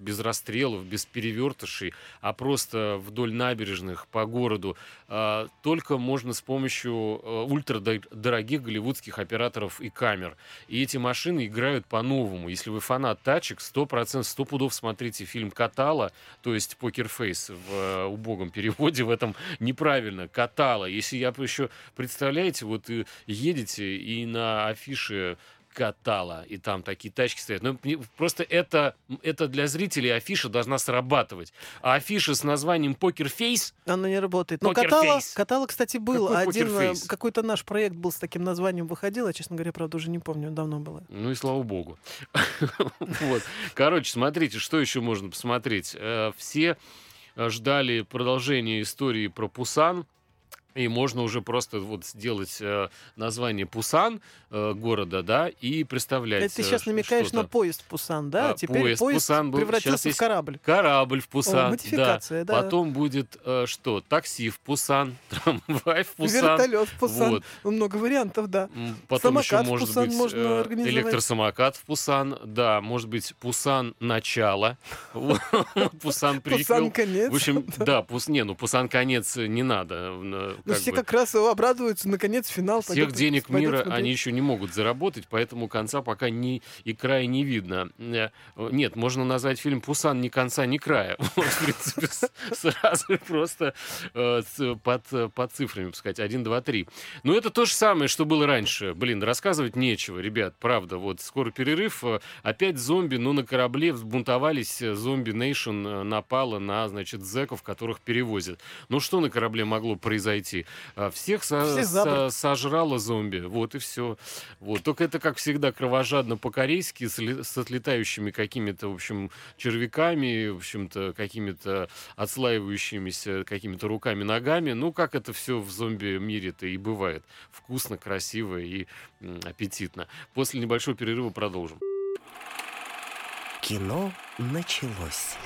без расстрелов, без перевертышей, а просто вдоль набережных по городу, только можно с помощью ультрадорогих голливудских операторов и камер. И эти машины играют по-новому. Если вы фанат тачек, 100%, 100 пудов смотрите фильм «Катала», то есть «Покерфейс» в убогом переводе, в этом неправильно, «Катала». Если я еще, представляете, вот едете и на афише «Катала», и там такие тачки стоят. Ну, просто это для зрителей афиша должна срабатывать. А афиша с названием «Покерфейс» Она не работает. Но Катала, кстати, был Какой один, «Покерфейс»? какой-то наш проект был с таким названием, выходил. Я, честно говоря, правда, уже не помню, давно было. Ну и слава богу. Вот. Короче, смотрите, что еще можно посмотреть. Все ждали продолжения истории про Пусан. И можно уже просто вот сделать название Пусан города, да, и представлять. Это ты сейчас намекаешь что-то. на поезд Пусан, да? Теперь поезд Пусан был, превратился в корабль. Корабль в Пусан, модификация, да. Потом будет что? Такси в Пусан, трамвай в Пусан. Вертолет в Пусан. Вот. Много вариантов, да. Потом еще Самокат в может Пусан быть можно организовать. электросамокат в Пусан, да, может быть Пусан начало, Пусан приквел. Пусан конец. В общем, да, Пусан конец не надо. Ну все как раз обрадуются, наконец, финал. Всех денег мира они еще не могут заработать, поэтому конца пока и края не видно. Нет, можно назвать фильм «Пусан» ни конца, ни края. В принципе, сразу просто под цифрами, сказать, 1, 2, 3. Но это то же самое, что было раньше. Блин, рассказывать нечего, ребят, правда. Вот скоро перерыв. Опять зомби, но на корабле взбунтовались. Зомби Нейшн напала на, значит, зэков, которых перевозят. Ну что на корабле могло произойти? Всех сожрало зомби. Вот и все. Вот. Только это, как всегда, кровожадно по-корейски, с отлетающими какими-то, в общем, червяками, в общем-то, какими-то отслаивающимися какими-то руками-ногами. Ну, как это все в зомби-мире-то и бывает. Вкусно, красиво и аппетитно. После небольшого перерыва продолжим. Кино началось.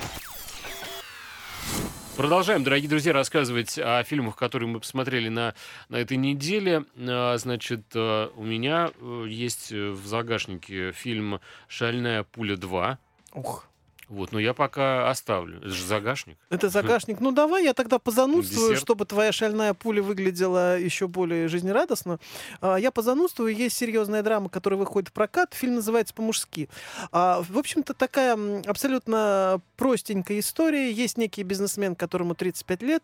Продолжаем, дорогие друзья, рассказывать о фильмах, которые мы посмотрели на этой неделе. Значит, у меня есть в загашнике фильм «Шальная пуля 2». Ух. Вот, но я пока оставлю. Это же загашник. Это загашник. Ну, давай я тогда позанудствую, Десерт. чтобы твоя шальная пуля выглядела еще более жизнерадостно. Я позанудствую. Есть серьезная драма, которая выходит в прокат. Фильм называется «По-мужски». В общем-то, такая абсолютно простенькая история. Есть некий бизнесмен, которому 35 лет.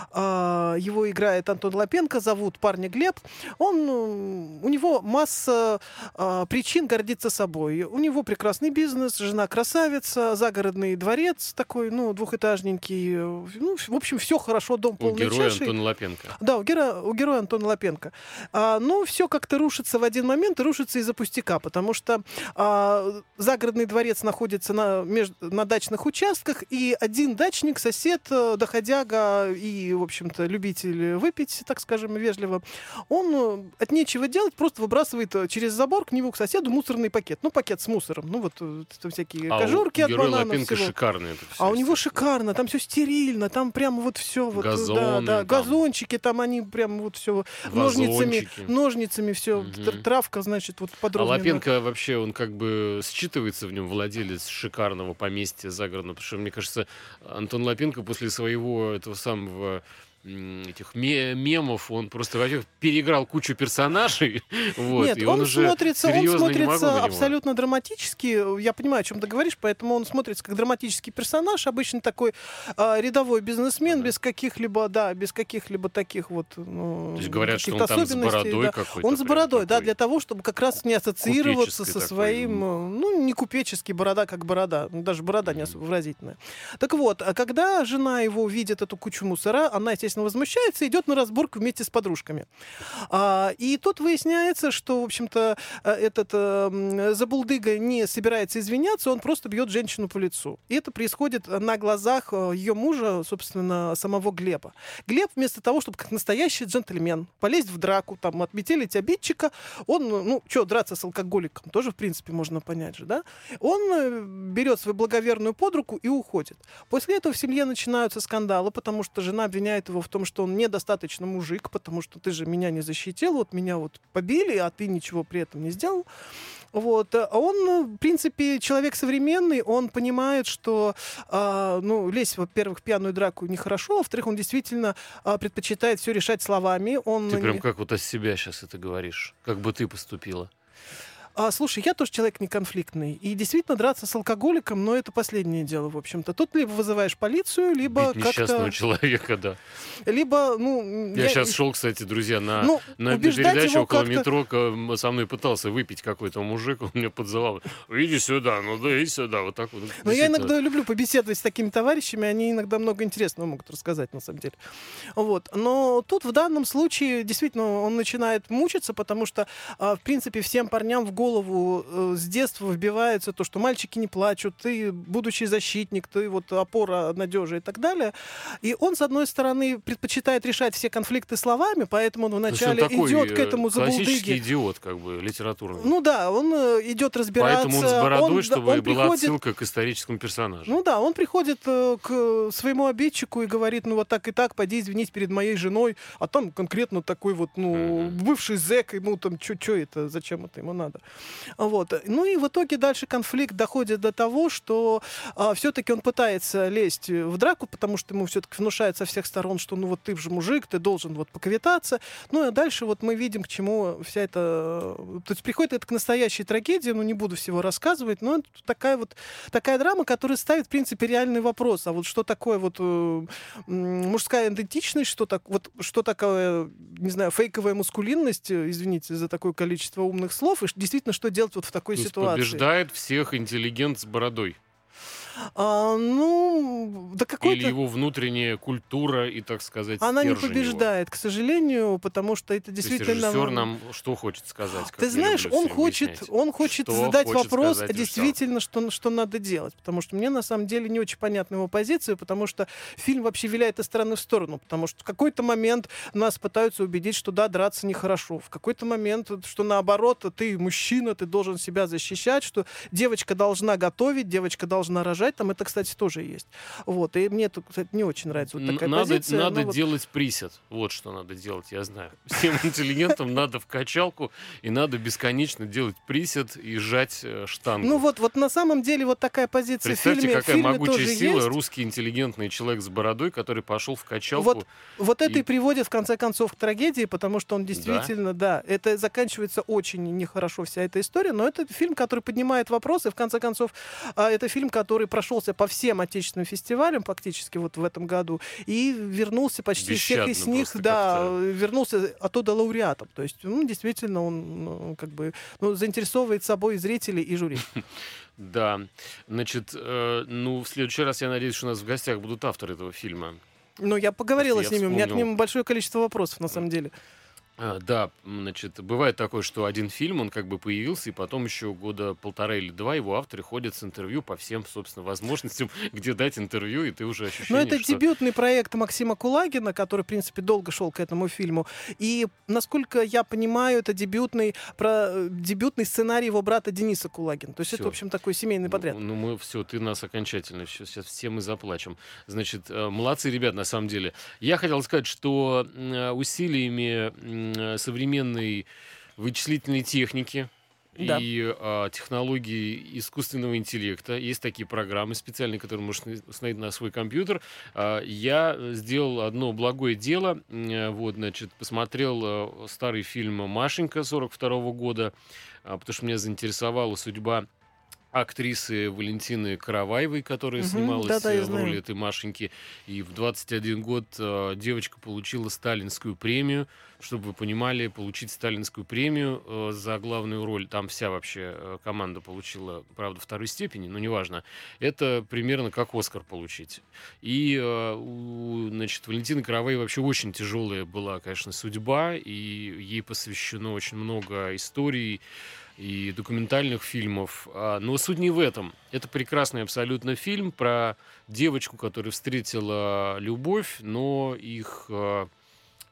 Его играет Антон Лапенко. Зовут парня Глеб. У него масса причин гордиться собой. У него прекрасный бизнес, жена красавица, загородный дворец такой, двухэтажненький. Ну, в общем, все хорошо, дом полный чашей. У героя Антона Лапенко. Да, у героя Антона Лапенко. Но все как-то рушится в один момент, и рушится из-за пустяка, потому что загородный дворец находится на дачных участках, и один дачник, сосед, доходяга и, в общем-то, любитель выпить, так скажем, вежливо, он от нечего делать просто выбрасывает через забор к нему, к соседу, мусорный пакет. Ну, пакет с мусором. Ну, вот всякие кожурки от бананов. Лапенко всего. Шикарно это все. А у него шикарно, там все стерильно, там прямо вот все. Газоны, да, там. газончики, там они прямо вот все ножницами все. Травка, значит, вот А подробно. Лапенко вообще, он как бы считывается в нем владелец шикарного поместья загородного, потому что, мне кажется, Антон Лапенко после своего этого самого этих мемов, он просто, во-первых, переиграл кучу персонажей. Вот, Нет, и он уже смотрится абсолютно драматически. Я понимаю, о чем ты говоришь, поэтому он смотрится как драматический персонаж, обычно такой рядовой бизнесмен, без каких-либо таких вот. То есть говорят, что он там с бородой какой-то. Он с бородой, да, для того, чтобы как раз не ассоциироваться со такой. своим, не купеческий, борода как борода, даже борода не особо выразительная. Так вот, а когда жена его видит эту кучу мусора, она, естественно, возмущается и идет на разборку вместе с подружками. И тут выясняется, что, в общем-то, этот забулдыга не собирается извиняться, он просто бьет женщину по лицу. И это происходит на глазах ее мужа, собственно, самого Глеба. Глеб вместо того, чтобы как настоящий джентльмен полезть в драку, там, отметелить обидчика, он, драться с алкоголиком, тоже, в принципе, можно понять же, да? Он берет свою благоверную под руку и уходит. После этого в семье начинаются скандалы, потому что жена обвиняет его в том, что он недостаточно мужик, потому что ты же меня не защитил, вот меня вот побили, а ты ничего при этом не сделал. Вот. А он, в принципе, человек современный, он понимает, что, лезть, во-первых, в пьяную драку нехорошо, а во-вторых, он действительно предпочитает все решать словами. Ты прям как вот из себя сейчас это говоришь. Как бы ты поступила? Слушай, я тоже человек неконфликтный. И действительно драться с алкоголиком, но это последнее дело, в общем-то. Тут либо вызываешь полицию, либо Бить как-то... несчастного человека, да. Либо, Я сейчас шел, кстати, друзья, на убеждать передачу его около как-то... метро, со мной пытался выпить какой-то мужик, он меня подзывал. Иди сюда, иди сюда, вот так вот. Но я иногда люблю побеседовать с такими товарищами, они иногда много интересного могут рассказать, на самом деле. Вот. Но тут в данном случае действительно он начинает мучиться, потому что, в принципе, всем парням в голову с детства вбивается то, что мальчики не плачут, ты будущий защитник, ты вот опора надежи и так далее. И он, с одной стороны, предпочитает решать все конфликты словами, поэтому он вначале идет к этому забулдыге. Классический идиот, как бы, литературный. Ну да, он идет разбираться. Поэтому он с бородой, чтобы он была приходит... отсылка к историческому персонажу. Ну да, он приходит к своему обидчику и говорит, вот так и так, пойди извинись перед моей женой, а там конкретно такой вот, бывший зэк, ему там, что это, зачем это ему надо. Вот. Ну и в итоге дальше конфликт доходит до того, что все-таки он пытается лезть в драку, потому что ему все-таки внушают со всех сторон, что ты же мужик, ты должен вот поквитаться. Ну и дальше вот мы видим, к чему вся эта... То есть приходит это к настоящей трагедии, не буду всего рассказывать, но это такая драма, которая ставит, в принципе, реальный вопрос. А вот что такое вот мужская идентичность, что такое, не знаю, фейковая маскулинность, извините за такое количество умных слов, и действительно, что делать вот в такой ситуации. Побеждает всех интеллигент с бородой. Какой-то... Или его внутренняя культура и, так сказать, Она не стержень побеждает, к сожалению, потому что это действительно... То есть режиссер нам что хочет сказать? Ты знаешь, он хочет задать вопрос, действительно, что надо делать. Потому что мне, на самом деле, не очень понятна его позиция, потому что фильм вообще виляет из стороны в сторону. Потому что в какой-то момент нас пытаются убедить, что да, драться нехорошо. В какой-то момент, что наоборот, ты мужчина, ты должен себя защищать, что девочка должна готовить, девочка должна рожать. Там это, кстати, тоже есть. Вот. И мне, кстати, не очень нравится вот такая позиция. Надо делать присед. Вот что надо делать, я знаю. Всем интеллигентам надо в качалку, и надо бесконечно делать присед и сжать штангу. Вот на самом деле вот такая позиция в фильме. Представьте, какая могучая тоже сила, есть. русский интеллигентный человек с бородой, который пошел в качалку. Вот это и приводит, в конце концов, к трагедии, потому что он действительно, это заканчивается очень нехорошо, вся эта история, но это фильм, который поднимает вопросы, в конце концов, это фильм, который прошелся по всем отечественным фестивалям фактически вот в этом году и вернулся почти всех из них, вернулся оттуда лауреатом. То есть, действительно, он заинтересовывает собой зрителей и жюри. Да, значит, в следующий раз я надеюсь, что у нас в гостях будут авторы этого фильма. Я поговорила с ними, у меня к ним большое количество вопросов, на самом деле. Да, значит, бывает такое, что один фильм, он как бы появился, и потом еще года 1,5 или 2 его авторы ходят с интервью по всем, собственно, возможностям, где дать интервью, и ты уже ощущение, это дебютный проект Максима Кулагина, который, в принципе, долго шел к этому фильму. И, насколько я понимаю, это дебютный сценарий его брата Дениса Кулагина. То есть это, в общем, такой семейный подряд. Ты нас окончательно, сейчас все мы заплачем. Значит, молодцы ребят, на самом деле. Я хотел сказать, что усилиями современной вычислительной техники и технологии искусственного интеллекта. Есть такие программы специальные, которые можно установить на свой компьютер. Я сделал одно благое дело. Посмотрел старый фильм «Машенька» 1942 года, потому что меня заинтересовала судьба актрисы Валентины Караваевой, которая снималась в роли этой Машеньки. И в 21 год девочка получила сталинскую премию. Чтобы вы понимали, получить сталинскую премию за главную роль, там вся вообще команда получила, правда, 2-й степени, но неважно. Это примерно как Оскар получить. И, Валентины Караваевой вообще очень тяжелая была, конечно, судьба, и ей посвящено очень много историй и документальных фильмов. Но суть не в этом. Это прекрасный абсолютно фильм про девочку, которая встретила любовь, но их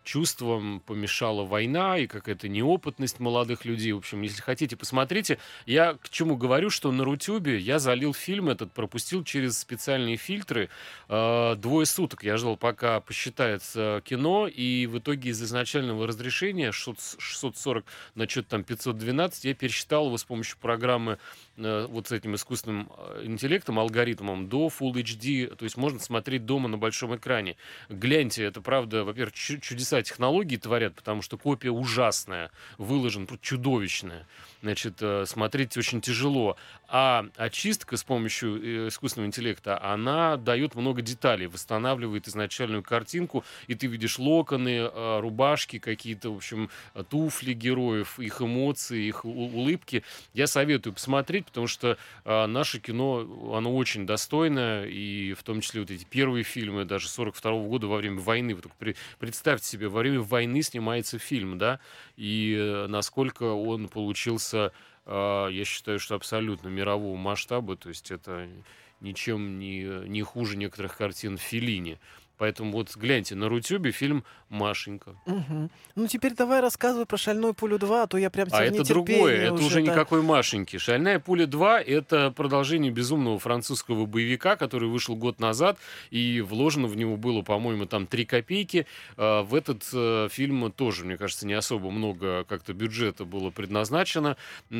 чувствам помешала война и какая-то неопытность молодых людей. В общем, если хотите, посмотрите. Я к чему говорю, что на Рутюбе я залил фильм этот, пропустил через специальные фильтры 2 суток. Я ждал, пока посчитается кино, и в итоге из изначального разрешения 640 на что-то там 512 я пересчитал его с помощью программы вот с этим искусственным интеллектом, алгоритмом до Full HD, то есть можно смотреть дома на большом экране. Гляньте, это правда, во-первых, чудеса технологий творят, потому что копия ужасная, выложена, чудовищная. Значит, смотреть очень тяжело. А очистка с помощью искусственного интеллекта, она дает много деталей, восстанавливает изначальную картинку, и ты видишь локоны, рубашки какие-то, в общем, туфли героев, их эмоции, их улыбки. Я советую посмотреть, потому что наше кино, оно очень достойное, и в том числе вот эти первые фильмы, даже 42-го года во время войны. Вы только представьте себе, во время войны снимается фильм, да, и насколько он получился, я считаю, что абсолютно мирового масштаба, то есть это ничем не хуже некоторых картин Феллини. Поэтому вот гляньте, на Рутюбе фильм «Машенька». Мгм. Ну, теперь давай рассказывай про «Шальную пулю 2», а то я прям А в это другое, нетерпении это уже да. никакой Машеньки. «Шальная пуля 2» — это продолжение безумного французского боевика, который вышел год назад, и вложено в него было, по-моему, там 3 копейки. В этот фильм тоже, мне кажется, не особо много как-то бюджета было предназначено.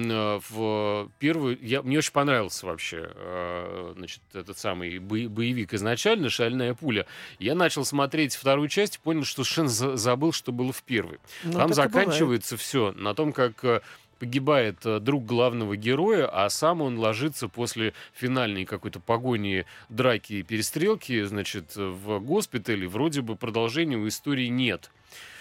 В первый... Мне очень понравился вообще значит, этот самый боевик изначально, «Шальная пуля». Я начал смотреть вторую часть и понял, что совершенно забыл, что было в первой. Ну, Там так и бывает. заканчивается все на том, как погибает друг главного героя, а сам он ложится после финальной какой-то погони, драки и перестрелки, значит, в госпитале. Вроде бы продолжения у истории нет.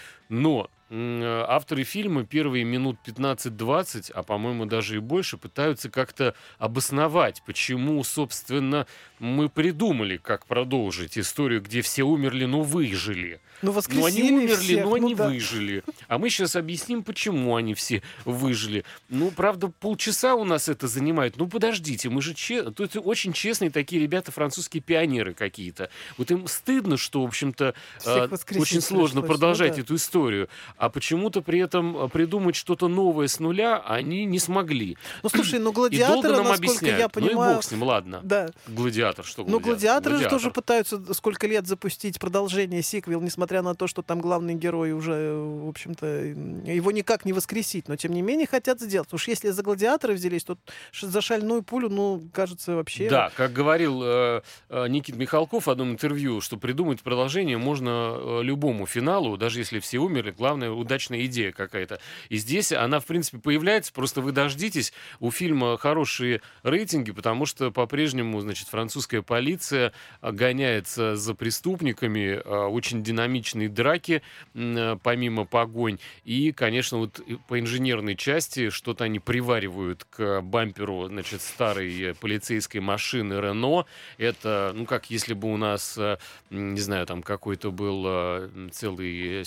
Но авторы фильма первые минут 15-20, а по-моему даже и больше, пытаются как-то обосновать, почему, собственно, мы придумали, как продолжить историю, где все умерли, но выжили. Ну, Но они воскресили умерли, всех, но ну они да. выжили. А мы сейчас объясним, почему они все выжили. Ну, правда, полчаса у нас это занимает. Ну, подождите, мы же тут очень честные такие ребята, французские пионеры какие-то. Вот им стыдно, что, в общем-то, Всех воскресить очень сложно пришлось, продолжать ну да. эту историю. А почему-то при этом придумать что-то новое с нуля они не смогли. Ну, слушай, ну, И долго «Гладиатора», нам насколько объясняют. я Ну и понимаю... бог с ним, ладно. Да. Гладиатор, что Ну, «Гладиаторы» же тоже Гладиатор. пытаются сколько лет запустить продолжение, сиквел, несмотря на то, что там главный герой уже, в общем-то, его никак не воскресить, но тем не менее хотят сделать. Уж если за «Гладиатора» взялись, то за «Шальную пулю», ну, кажется, вообще... Да, как говорил Никита Михалков в одном интервью, что придумать продолжение можно любому финалу, даже если все умерли, главное, удачная идея какая-то. И здесь она, в принципе, появляется, просто вы дождитесь. У фильма хорошие рейтинги, потому что по-прежнему, значит, французская полиция гоняется за преступниками, очень динамичные драки, помимо погонь. И, конечно, вот по инженерной части что-то они приваривают к бамперу, значит, старой полицейской машины Рено. Это, ну, как если бы у нас, не знаю, там какой-то был целый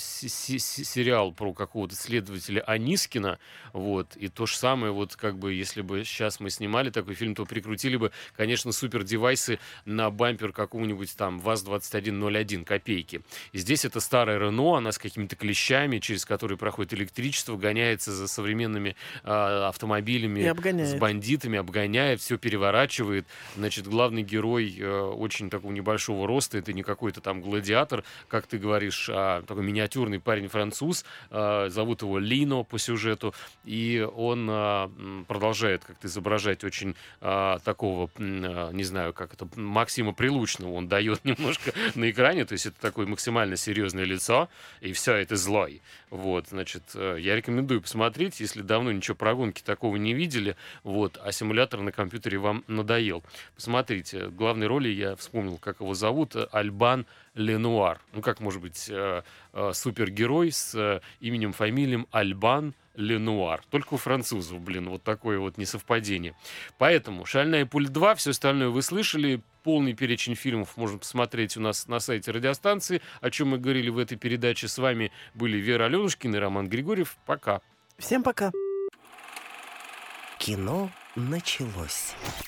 сериал про какого-то следователя Анискина, вот, и то же самое, вот, как бы, если бы сейчас мы снимали такой фильм, то прикрутили бы, конечно, супер-девайсы на бампер какого-нибудь там ВАЗ-2101 копейки. И здесь это старая Рено, она с какими-то клещами, через которые проходит электричество, гоняется за современными автомобилями, И обгоняет. с бандитами, обгоняет, все переворачивает. Значит, главный герой очень такого небольшого роста, это не какой-то там гладиатор, как ты говоришь, а такой миниатюрный парень-француз, зовут его Лино по сюжету, и он продолжает как-то изображать очень такого, не знаю, как это, Максима Прилучного он дает немножко на экране, то есть это такое максимально серьезное лицо, и все это злой. Вот, значит, я рекомендую посмотреть, если давно ничего про гонки такого не видели, вот, а симулятор на компьютере вам надоел. Посмотрите, в главной роли я вспомнил, как его зовут, Альбан Ленуар. Ну, как может быть супергерой с именем, фамилией Альбан Ленуар. Только у французов, блин, вот такое вот несовпадение. Поэтому «Шальная пуля 2», все остальное вы слышали. Полный перечень фильмов можно посмотреть у нас на сайте радиостанции, о чем мы говорили в этой передаче. С вами были Вера Аленушкина и Роман Григорьев. Пока. Всем пока. Кино началось.